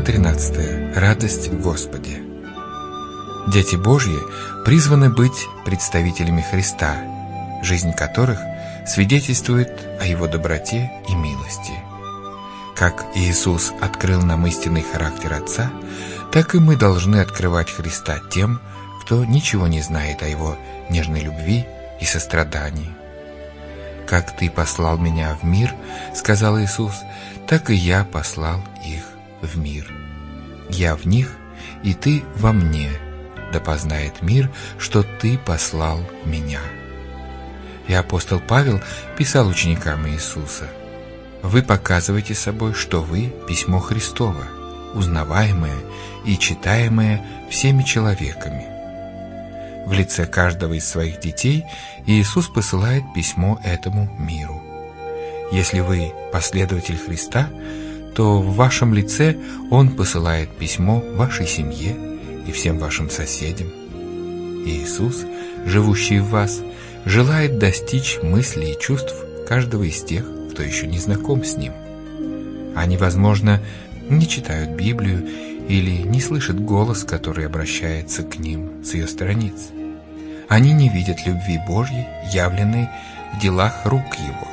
13. Радость в Господе. Дети Божьи призваны быть представителями Христа, жизнь которых свидетельствует о Его доброте и милости. Как Иисус открыл нам истинный характер Отца, так и мы должны открывать Христа тем, кто ничего не знает о Его нежной любви и сострадании. «Как Ты послал Меня в мир, — сказал Иисус, — так и Я послал их в мир. Я в них, и Ты во мне, да познает мир, что Ты послал Меня». И апостол Павел писал ученикам Иисуса: «Вы показываете собой, что вы — письмо Христово, узнаваемое и читаемое всеми человеками». В лице каждого из своих детей Иисус посылает письмо этому миру. Если вы последователь Христа, то в вашем лице Он посылает письмо вашей семье и всем вашим соседям. Иисус, живущий в вас, желает достичь мыслей и чувств каждого из тех, кто еще не знаком с Ним. Они, возможно, не читают Библию или не слышат голос, который обращается к ним с ее страниц. Они не видят любви Божьей, явленной в делах рук Его.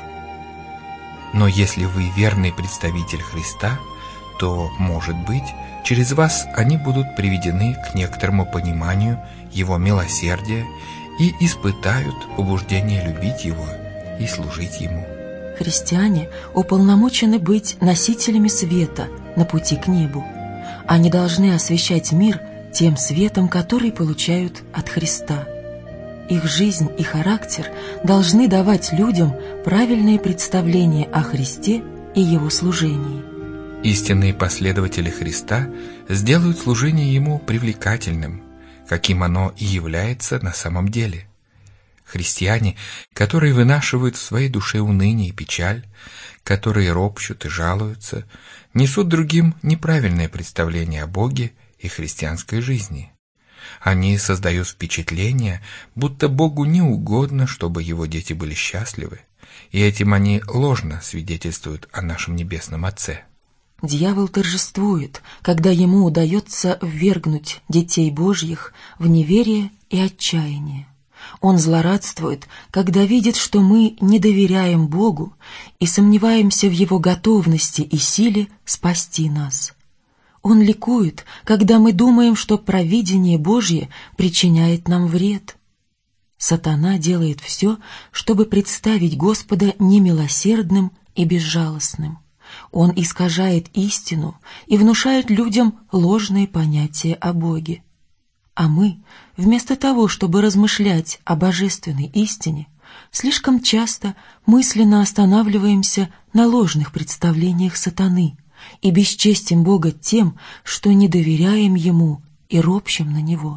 Но если вы верный представитель Христа, то, может быть, через вас они будут приведены к некоторому пониманию Его милосердия и испытают побуждение любить Его и служить Ему. Христиане уполномочены быть носителями света на пути к небу. Они должны освещать мир тем светом, который получают от Христа. Их жизнь и характер должны давать людям правильные представления о Христе и Его служении. Истинные последователи Христа сделают служение Ему привлекательным, каким оно и является на самом деле. Христиане, которые вынашивают в своей душе уныние и печаль, которые ропщут и жалуются, несут другим неправильное представление о Боге и христианской жизни. Они создают впечатление, будто Богу не угодно, чтобы Его дети были счастливы, и этим они ложно свидетельствуют о нашем Небесном Отце. Дьявол торжествует, когда ему удается ввергнуть детей Божьих в неверие и отчаяние. Он злорадствует, когда видит, что мы не доверяем Богу и сомневаемся в Его готовности и силе спасти нас. Он ликует, когда мы думаем, что провидение Божье причиняет нам вред. Сатана делает все, чтобы представить Господа немилосердным и безжалостным. Он искажает истину и внушает людям ложные понятия о Боге. А мы, вместо того, чтобы размышлять о божественной истине, слишком часто мысленно останавливаемся на ложных представлениях сатаны и бесчестим Бога тем, что не доверяем Ему и ропщим на Него.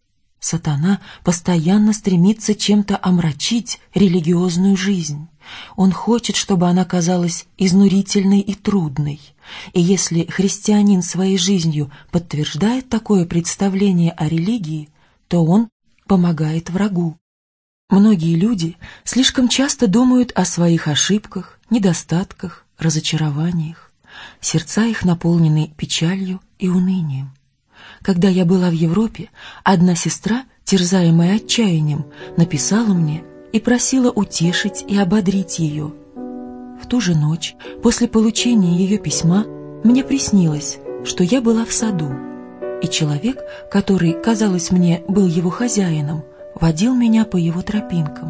Сатана постоянно стремится чем-то омрачить религиозную жизнь. Он хочет, чтобы она казалась изнурительной и трудной. И если христианин своей жизнью подтверждает такое представление о религии, то он помогает врагу. Многие люди слишком часто думают о своих ошибках, недостатках, разочарованиях. Сердца их наполнены печалью и унынием. Когда я была в Европе, одна сестра, терзаемая отчаянием, написала мне и просила утешить и ободрить ее. В ту же ночь, после получения ее письма, мне приснилось, что я была в саду, и человек, который, казалось мне, был его хозяином, водил меня по его тропинкам.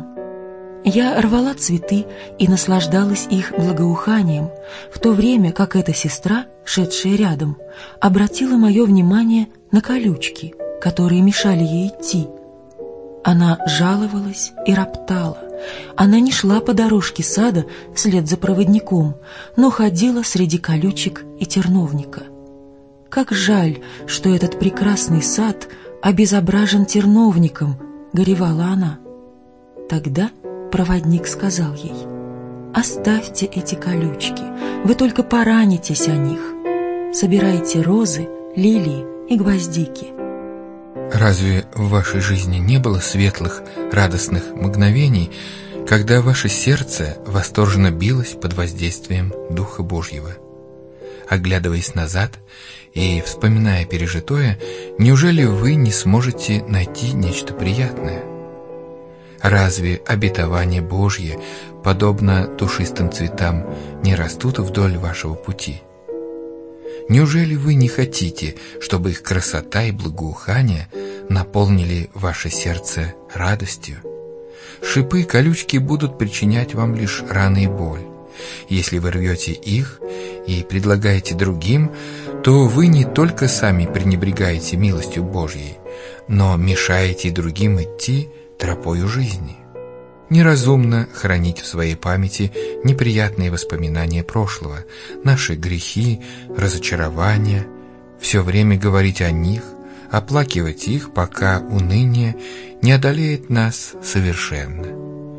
Я рвала цветы и наслаждалась их благоуханием, в то время как эта сестра, шедшая рядом, обратила мое внимание на колючки, которые мешали ей идти. Она жаловалась и роптала. Она не шла по дорожке сада вслед за проводником, но ходила среди колючек и терновника. «Как жаль, что этот прекрасный сад обезображен терновником», — горевала она. Тогда проводник сказал ей: «Оставьте эти колючки, вы только поранитесь о них. Собирайте розы, лилии и гвоздики». Разве в вашей жизни не было светлых, радостных мгновений, когда ваше сердце восторженно билось под воздействием Духа Божьего? Оглядываясь назад и вспоминая пережитое, неужели вы не сможете найти нечто приятное? Разве обетование Божье, подобно душистым цветам, не растут вдоль вашего пути? Неужели вы не хотите, чтобы их красота и благоухание наполнили ваше сердце радостью? Шипы и колючки будут причинять вам лишь раны и боль. Если вы рвете их и предлагаете другим, то вы не только сами пренебрегаете милостью Божьей, но мешаете другим идти тропою жизни. Неразумно хранить в своей памяти неприятные воспоминания прошлого, наши грехи, разочарования, все время говорить о них, оплакивать их, пока уныние не одолеет нас совершенно.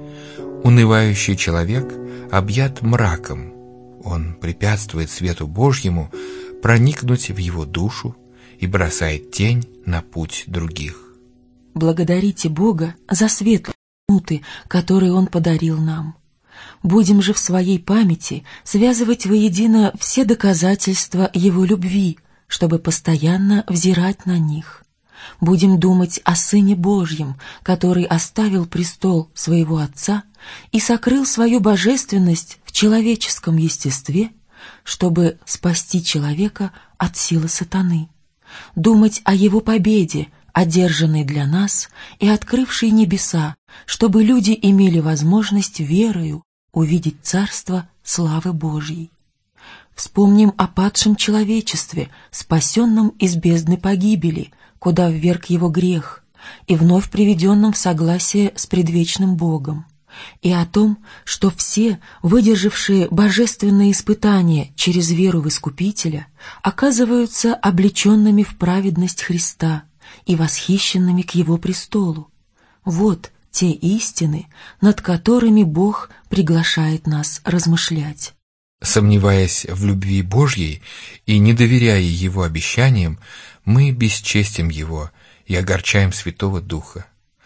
Унывающий человек объят мраком, он препятствует свету Божьему проникнуть в его душу и бросает тень на путь других. Благодарите Бога за светлые минуты, которые Он подарил нам. Будем же в своей памяти связывать воедино все доказательства Его любви, чтобы постоянно взирать на них. Будем думать о Сыне Божьем, который оставил престол своего Отца и сокрыл свою божественность в человеческом естестве, чтобы спасти человека от силы сатаны. Думать о Его победе, одержанной для нас и открывшей небеса, чтобы люди имели возможность верою увидеть Царство славы Божьей. Вспомним о падшем человечестве, спасенном из бездны погибели, куда вверг его грех, и вновь приведенном в согласие с предвечным Богом, и о том, что все, выдержавшие божественные испытания через веру в Искупителя, оказываются облеченными в праведность Христа и восхищенными к Его престолу. Вот те истины, над которыми Бог приглашает нас размышлять. Сомневаясь в любви Божьей и не доверяя Его обещаниям, мы бесчестим Его и огорчаем Святого Духа.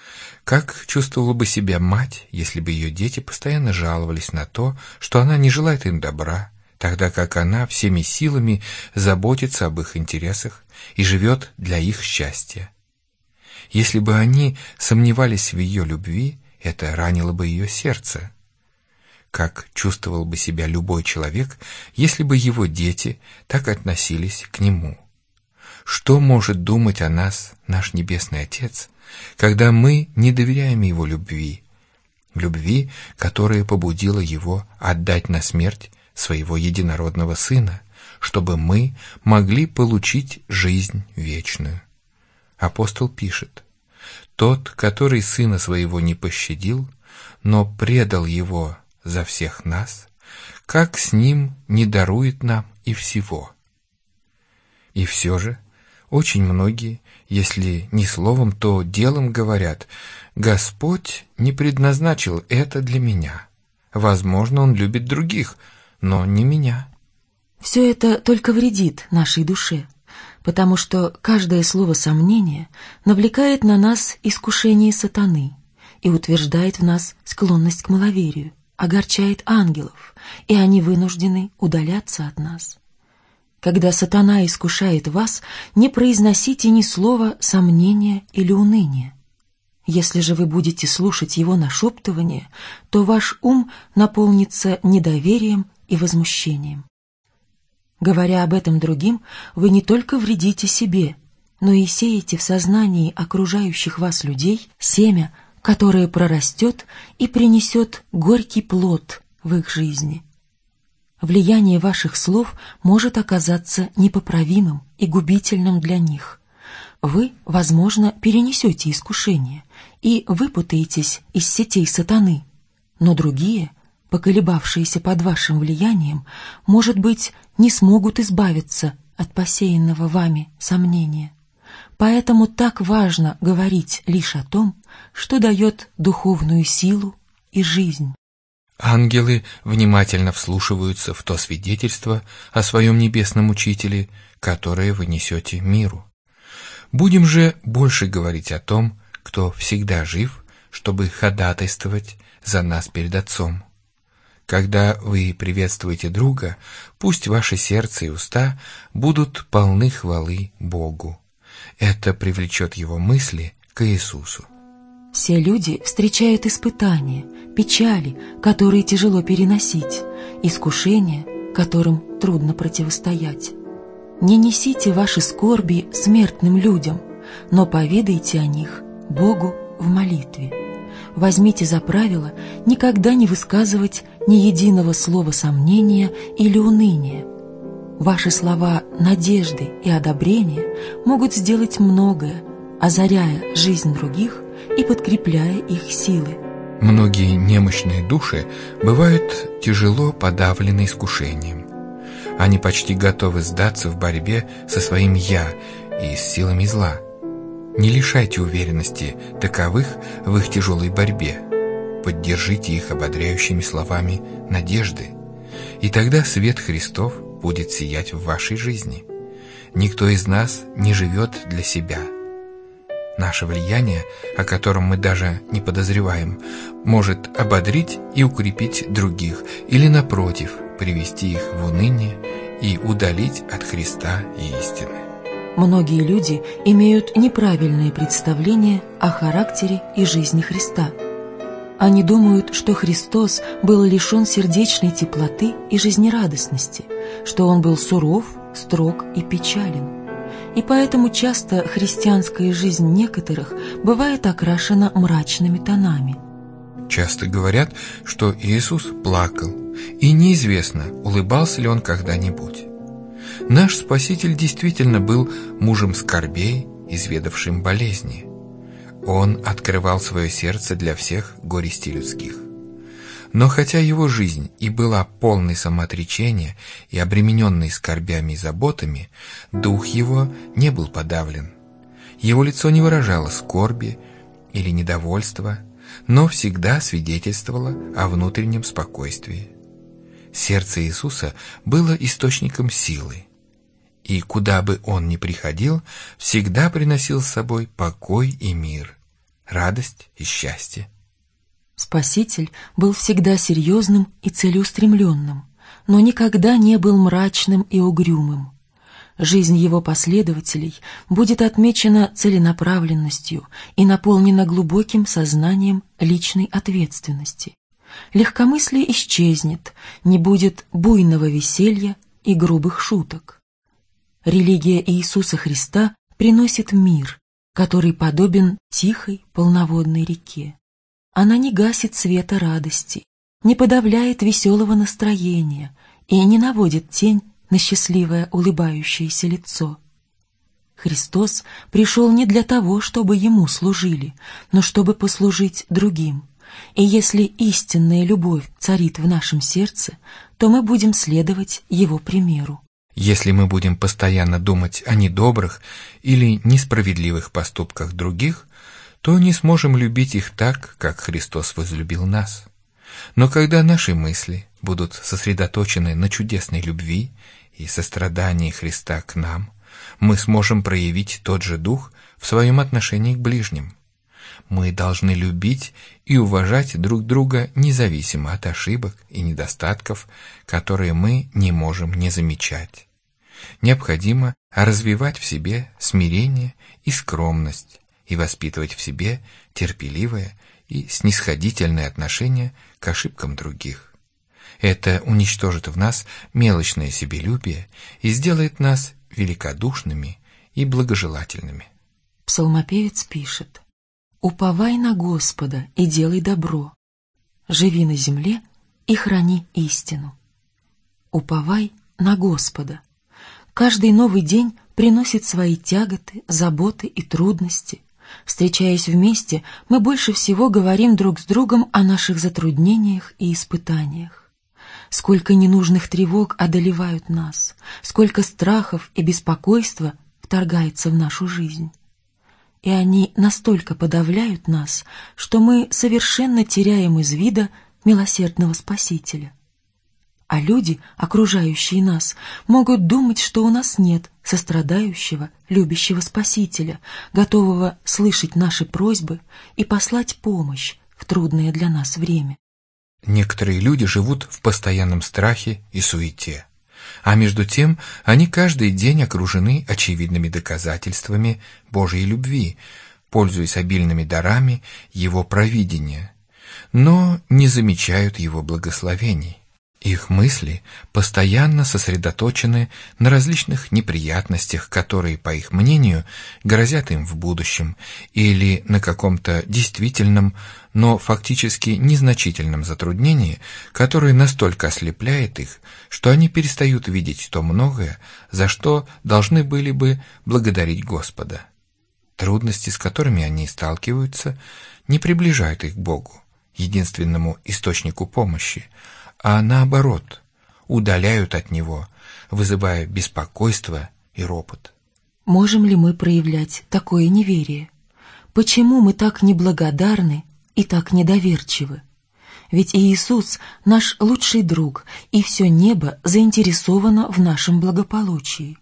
Как чувствовала бы себя мать, если бы ее дети постоянно жаловались на то, что она не желает им добра, тогда как она всеми силами заботится об их интересах и живет для их счастья? Если бы они сомневались в ее любви, это ранило бы ее сердце. Как чувствовал бы себя любой человек, если бы его дети так относились к нему? Что может думать о нас наш Небесный Отец, когда мы не доверяем Его любви, которая побудила Его отдать на смерть Своего единородного Сына, чтобы мы могли получить жизнь вечную? Апостол пишет: «Тот, который Сына Своего не пощадил, но предал Его за всех нас, как с Ним не дарует нам и всего?» И все же очень многие, если не словом, то делом говорят: «Господь не предназначил это для меня. Возможно, Он любит других, но не меня». Все это только вредит нашей душе, потому что каждое слово сомнения навлекает на нас искушение сатаны и утверждает в нас склонность к маловерию, огорчает ангелов, и они вынуждены удаляться от нас. Когда сатана искушает вас, не произносите ни слова сомнения или уныния. Если же вы будете слушать его нашептывание, то ваш ум наполнится недоверием и возмущением. Говоря об этом другим, вы не только вредите себе, но и сеете в сознании окружающих вас людей семя, которое прорастет и принесет горький плод в их жизни. Влияние ваших слов может оказаться непоправимым и губительным для них. Вы, возможно, перенесете искушение и выпутаетесь из сетей сатаны, но другие, поколебавшиеся под вашим влиянием, может быть, не смогут избавиться от посеянного вами сомнения. Поэтому так важно говорить лишь о том, что дает духовную силу и жизнь. Ангелы внимательно вслушиваются в то свидетельство о своем небесном учителе, которое вы несете миру. Будем же больше говорить о том, кто всегда жив, чтобы ходатайствовать за нас перед Отцом. Когда вы приветствуете друга, пусть ваше сердце и уста будут полны хвалы Богу. Это привлечет его мысли к Иисусу. Все люди встречают испытания, печали, которые тяжело переносить, искушения, которым трудно противостоять. Не несите ваши скорби смертным людям, но поведайте о них Богу в молитве. Возьмите за правило никогда не высказывать ни единого слова сомнения или уныния. Ваши слова надежды и одобрения могут сделать многое, озаряя жизнь других и подкрепляя их силы. Многие немощные души бывают тяжело подавлены искушением. Они почти готовы сдаться в борьбе со своим «я» и с силами зла. Не лишайте уверенности таковых в их тяжелой борьбе. Поддержите их ободряющими словами надежды, и тогда свет Христов будет сиять в вашей жизни. Никто из нас не живет для себя. Наше влияние, о котором мы даже не подозреваем, может ободрить и укрепить других, или, напротив, привести их в уныние и удалить от Христа и истины. Многие люди имеют неправильные представления о характере и жизни Христа. Они думают, что Христос был лишен сердечной теплоты и жизнерадостности, что Он был суров, строг и печален. И поэтому часто христианская жизнь некоторых бывает окрашена мрачными тонами. Часто говорят, что Иисус плакал, и неизвестно, улыбался ли Он когда-нибудь. Наш Спаситель действительно был мужем скорбей, изведавшим болезни. Он открывал свое сердце для всех горестей людских. Но хотя его жизнь и была полной самоотречения и обремененной скорбями и заботами, дух его не был подавлен. Его лицо не выражало скорби или недовольства, но всегда свидетельствовало о внутреннем спокойствии. Сердце Иисуса было источником силы, и куда бы Он ни приходил, всегда приносил с собой покой и мир, радость и счастье. Спаситель был всегда серьезным и целеустремленным, но никогда не был мрачным и угрюмым. Жизнь его последователей будет отмечена целенаправленностью и наполнена глубоким сознанием личной ответственности. Легкомыслие исчезнет, не будет буйного веселья и грубых шуток. Религия Иисуса Христа приносит мир, который подобен тихой полноводной реке. Она не гасит света радости, не подавляет веселого настроения и не наводит тень на счастливое улыбающееся лицо. Христос пришел не для того, чтобы Ему служили, но чтобы послужить другим. И если истинная любовь царит в нашем сердце, то мы будем следовать Его примеру. Если мы будем постоянно думать о недобрых или несправедливых поступках других, то не сможем любить их так, как Христос возлюбил нас. Но когда наши мысли будут сосредоточены на чудесной любви и сострадании Христа к нам, мы сможем проявить тот же дух в своем отношении к ближним. Мы должны любить и уважать друг друга независимо от ошибок и недостатков, которые мы не можем не замечать. Необходимо развивать в себе смирение и скромность и воспитывать в себе терпеливое и снисходительное отношение к ошибкам других. Это уничтожит в нас мелочное себелюбие и сделает нас великодушными и благожелательными. Псалмопевец пишет: «Уповай на Господа и делай добро, живи на земле и храни истину». Уповай на Господа. Каждый новый день приносит свои тяготы, заботы и трудности. Встречаясь вместе, мы больше всего говорим друг с другом о наших затруднениях и испытаниях. Сколько ненужных тревог одолевают нас, сколько страхов и беспокойства вторгается в нашу жизнь. И они настолько подавляют нас, что мы совершенно теряем из вида милосердного Спасителя. А люди, окружающие нас, могут думать, что у нас нет сострадающего, любящего Спасителя, готового слышать наши просьбы и послать помощь в трудное для нас время. Некоторые люди живут в постоянном страхе и суете, а между тем они каждый день окружены очевидными доказательствами Божьей любви, пользуясь обильными дарами Его провидения, но не замечают Его благословений. Их мысли постоянно сосредоточены на различных неприятностях, которые, по их мнению, грозят им в будущем, или на каком-то действительном, но фактически незначительном затруднении, которое настолько ослепляет их, что они перестают видеть то многое, за что должны были бы благодарить Господа. Трудности, с которыми они сталкиваются, не приближают их к Богу, единственному источнику помощи, а наоборот, удаляют от Него, вызывая беспокойство и ропот. Можем ли мы проявлять такое неверие? Почему мы так неблагодарны и так недоверчивы? Ведь Иисус — наш лучший друг, и все небо заинтересовано в нашем благополучии.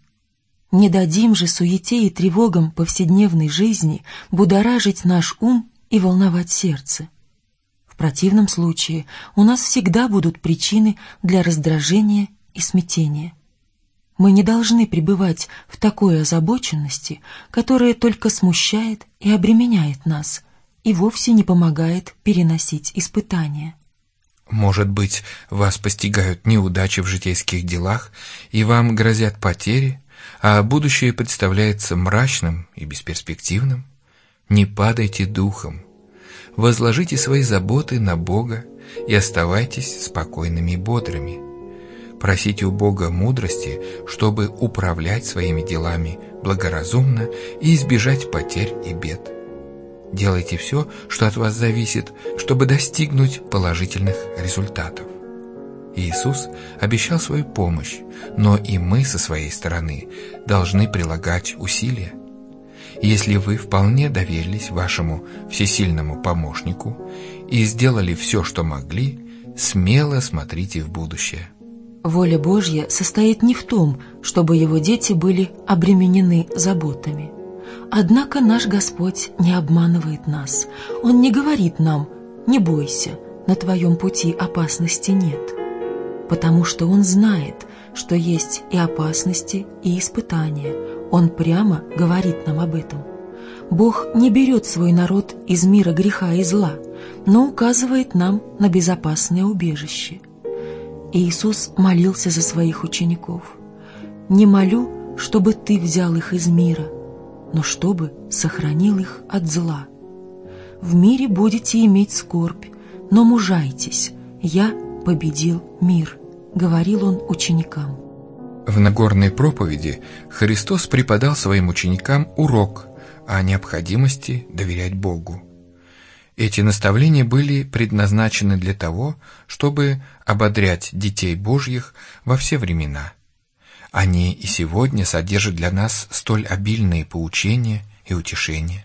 Не дадим же суете и тревогам повседневной жизни будоражить наш ум и волновать сердце. В противном случае у нас всегда будут причины для раздражения и смятения. Мы не должны пребывать в такой озабоченности, которая только смущает и обременяет нас и вовсе не помогает переносить испытания. Может быть, вас постигают неудачи в житейских делах, и вам грозят потери, а будущее представляется мрачным и бесперспективным? Не падайте духом. Возложите свои заботы на Бога и оставайтесь спокойными и бодрыми. Просите у Бога мудрости, чтобы управлять своими делами благоразумно и избежать потерь и бед. Делайте все, что от вас зависит, чтобы достигнуть положительных результатов. Иисус обещал свою помощь, но и мы со своей стороны должны прилагать усилия. Если вы вполне доверились вашему всесильному помощнику и сделали все, что могли, смело смотрите в будущее. Воля Божья состоит не в том, чтобы Его дети были обременены заботами. Однако наш Господь не обманывает нас. Он не говорит нам: «Не бойся, на твоем пути опасности нет», потому что Он знает, что есть и опасности, и испытания. Он прямо говорит нам об этом. Бог не берет свой народ из мира греха и зла, но указывает нам на безопасное убежище. Иисус молился за своих учеников: «Не молю, чтобы ты взял их из мира, но чтобы сохранил их от зла. В мире будете иметь скорбь, но мужайтесь, я победил мир», — говорил Он ученикам. В Нагорной проповеди Христос преподал своим ученикам урок о необходимости доверять Богу. Эти наставления были предназначены для того, чтобы ободрять детей Божьих во все времена. Они и сегодня содержат для нас столь обильные поучения и утешения.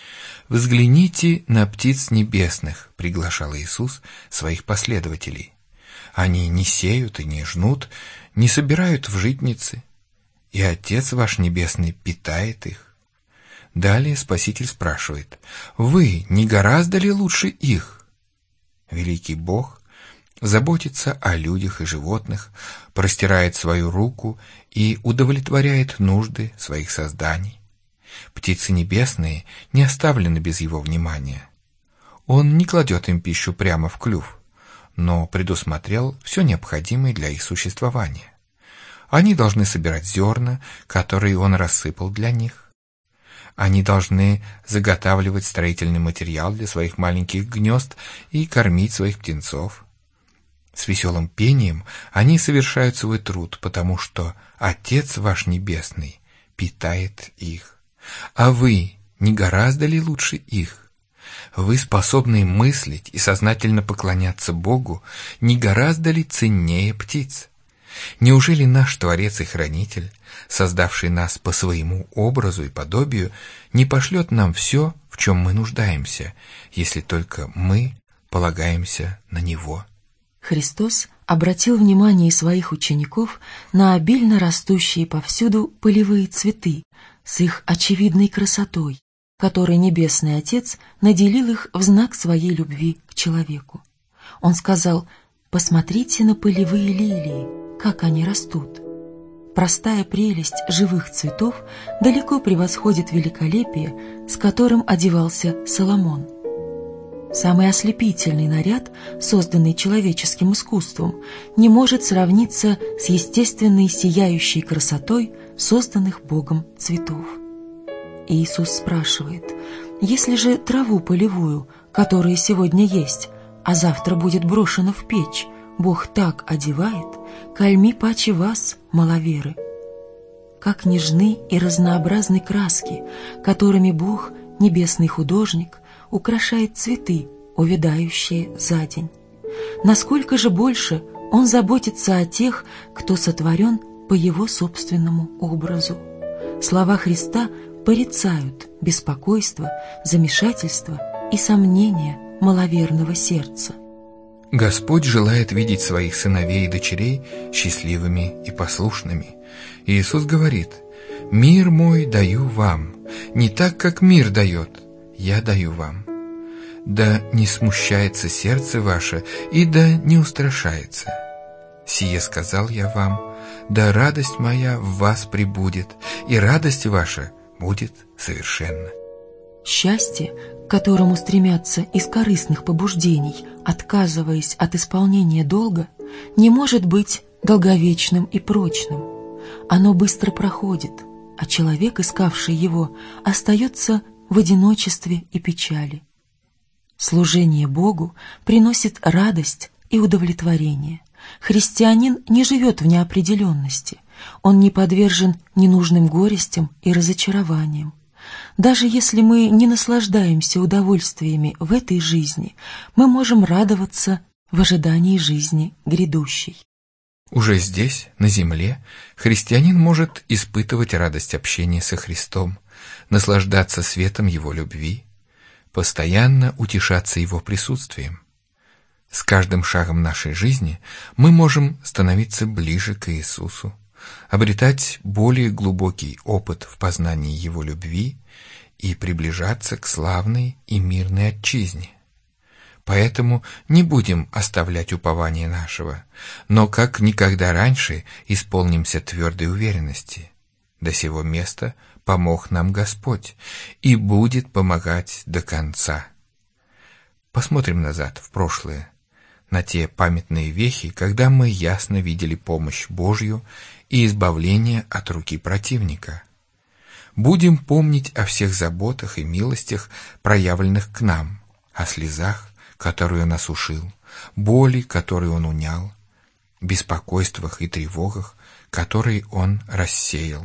«Взгляните на птиц небесных», — приглашал Иисус своих последователей. «Они не сеют и не жнут, не собирают в житницы, и Отец ваш Небесный питает их». Далее Спаситель спрашивает: «Вы не гораздо ли лучше их?» Великий Бог заботится о людях и животных, простирает свою руку и удовлетворяет нужды своих созданий. Птицы небесные не оставлены без Его внимания. Он не кладет им пищу прямо в клюв, но предусмотрел все необходимое для их существования. Они должны собирать зерна, которые Он рассыпал для них. Они должны заготавливать строительный материал для своих маленьких гнезд и кормить своих птенцов. С веселым пением они совершают свой труд, потому что Отец ваш Небесный питает их. А вы не гораздо ли лучше их? Вы способны мыслить и сознательно поклоняться Богу не гораздо ли ценнее птиц? Неужели наш Творец и Хранитель, создавший нас по своему образу и подобию, не пошлет нам все, в чем мы нуждаемся, если только мы полагаемся на Него? Христос обратил внимание своих учеников на обильно растущие повсюду полевые цветы с их очевидной красотой, которой Небесный Отец наделил их в знак своей любви к человеку. Он сказал: «Посмотрите на полевые лилии, как они растут». Простая прелесть живых цветов далеко превосходит великолепие, с которым одевался Соломон. Самый ослепительный наряд, созданный человеческим искусством, не может сравниться с естественной сияющей красотой созданных Богом цветов. Иисус спрашивает: «Если же траву полевую, которая сегодня есть, а завтра будет брошена в печь, Бог так одевает, кальми паче вас, маловеры». Как нежны и разнообразны краски, которыми Бог, небесный художник, украшает цветы, увядающие за день. Насколько же больше Он заботится о тех, кто сотворен по Его собственному образу. Слова Христа порицают беспокойство, замешательство и сомнения маловерного сердца. Господь желает видеть своих сыновей и дочерей счастливыми и послушными. Иисус говорит: «Мир мой даю вам, не так, как мир дает, я даю вам. Да не смущается сердце ваше, и да не устрашается. Сие сказал я вам, да радость моя в вас пребудет, и радость ваша будет совершенна». Счастье, к которому стремятся из корыстных побуждений, отказываясь от исполнения долга, не может быть долговечным и прочным. Оно быстро проходит, а человек, искавший его, остается в одиночестве и печали. Служение Богу приносит радость и удовлетворение. Христианин не живет в неопределенности, он не подвержен ненужным горестям и разочарованиям. Даже если мы не наслаждаемся удовольствиями в этой жизни, мы можем радоваться в ожидании жизни грядущей. Уже здесь, на земле, христианин может испытывать радость общения со Христом, наслаждаться светом Его любви, постоянно утешаться Его присутствием. С каждым шагом нашей жизни мы можем становиться ближе к Иисусу, обретать более глубокий опыт в познании Его любви и приближаться к славной и мирной отчизне. Поэтому не будем оставлять упование нашего, но как никогда раньше исполнимся твердой уверенности: до сего места помог нам Господь и будет помогать до конца. Посмотрим назад, в прошлое, на те памятные вехи, когда мы ясно видели помощь Божью и избавление от руки противника. Будем помнить о всех заботах и милостях, проявленных к нам, о слезах, которые Он осушил, боли, которые Он унял, беспокойствах и тревогах, которые Он рассеял,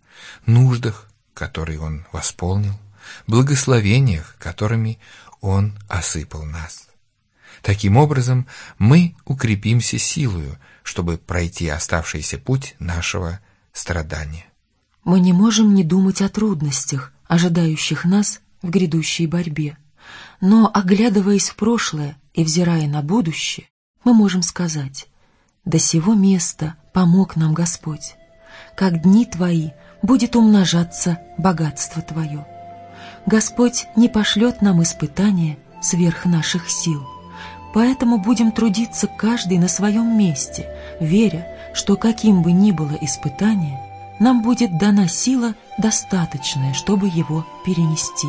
нуждах, которые Он восполнил, благословениях, которыми Он осыпал нас. Таким образом, мы укрепимся силою, чтобы пройти оставшийся путь нашего страдания. Мы не можем не думать о трудностях, ожидающих нас в грядущей борьбе. Но, оглядываясь в прошлое и взирая на будущее, мы можем сказать: «До сего места помог нам Господь. Как дни Твои будет умножаться богатство Твое». Господь не пошлет нам испытания сверх наших сил. Поэтому будем трудиться каждый на своем месте, веря, что каким бы ни было испытание, нам будет дана сила достаточная, чтобы его перенести.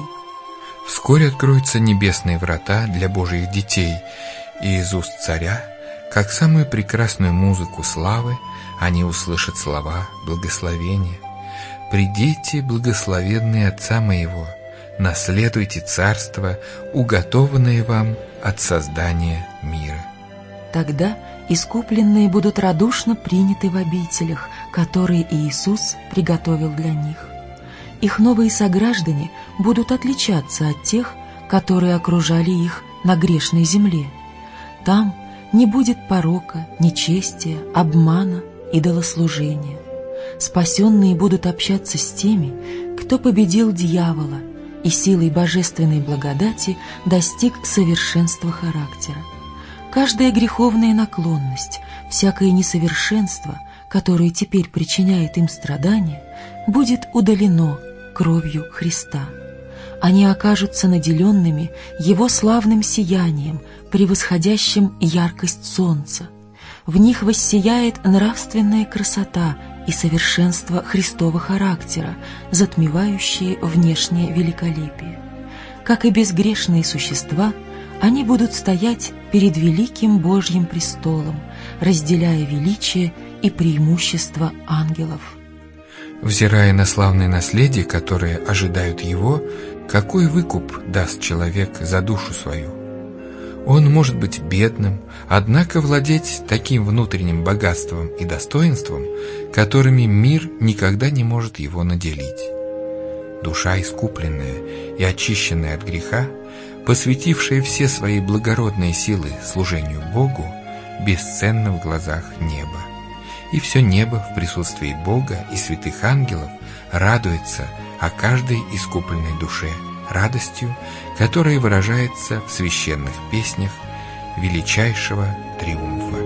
Вскоре откроются небесные врата для Божьих детей, и из уст царя, как самую прекрасную музыку славы, они услышат слова благословения. «Придите, благословенные Отца Моего, наследуйте царство, уготованное вам от создания мира». Тогда искупленные будут радушно приняты в обителях, которые Иисус приготовил для них. Их новые сограждане будут отличаться от тех, которые окружали их на грешной земле. Там не будет порока, нечестия, обмана, идолослужения. Спасенные будут общаться с теми, кто победил дьявола и силой божественной благодати достиг совершенства характера. Каждая греховная наклонность, всякое несовершенство, которое теперь причиняет им страдания, будет удалено кровью Христа. они окажутся наделенными Его славным сиянием, превосходящим яркость солнца. В них воссияет нравственная красота и совершенство Христова характера, затмевающие внешнее великолепие. Как и безгрешные существа, они будут стоять перед великим Божьим престолом, разделяя величие и преимущество ангелов. Взирая на славное наследие, которое ожидают его, какой выкуп даст человек за душу свою? Он может быть бедным, однако владеть таким внутренним богатством и достоинством, которыми мир никогда не может его наделить. Душа искупленная и очищенная от греха, посвятившая все свои благородные силы служению Богу, бесценна в глазах неба. И все небо в присутствии Бога и святых ангелов радуется о каждой искупленной душе радостью, которая выражается в священных песнях величайшего триумфа.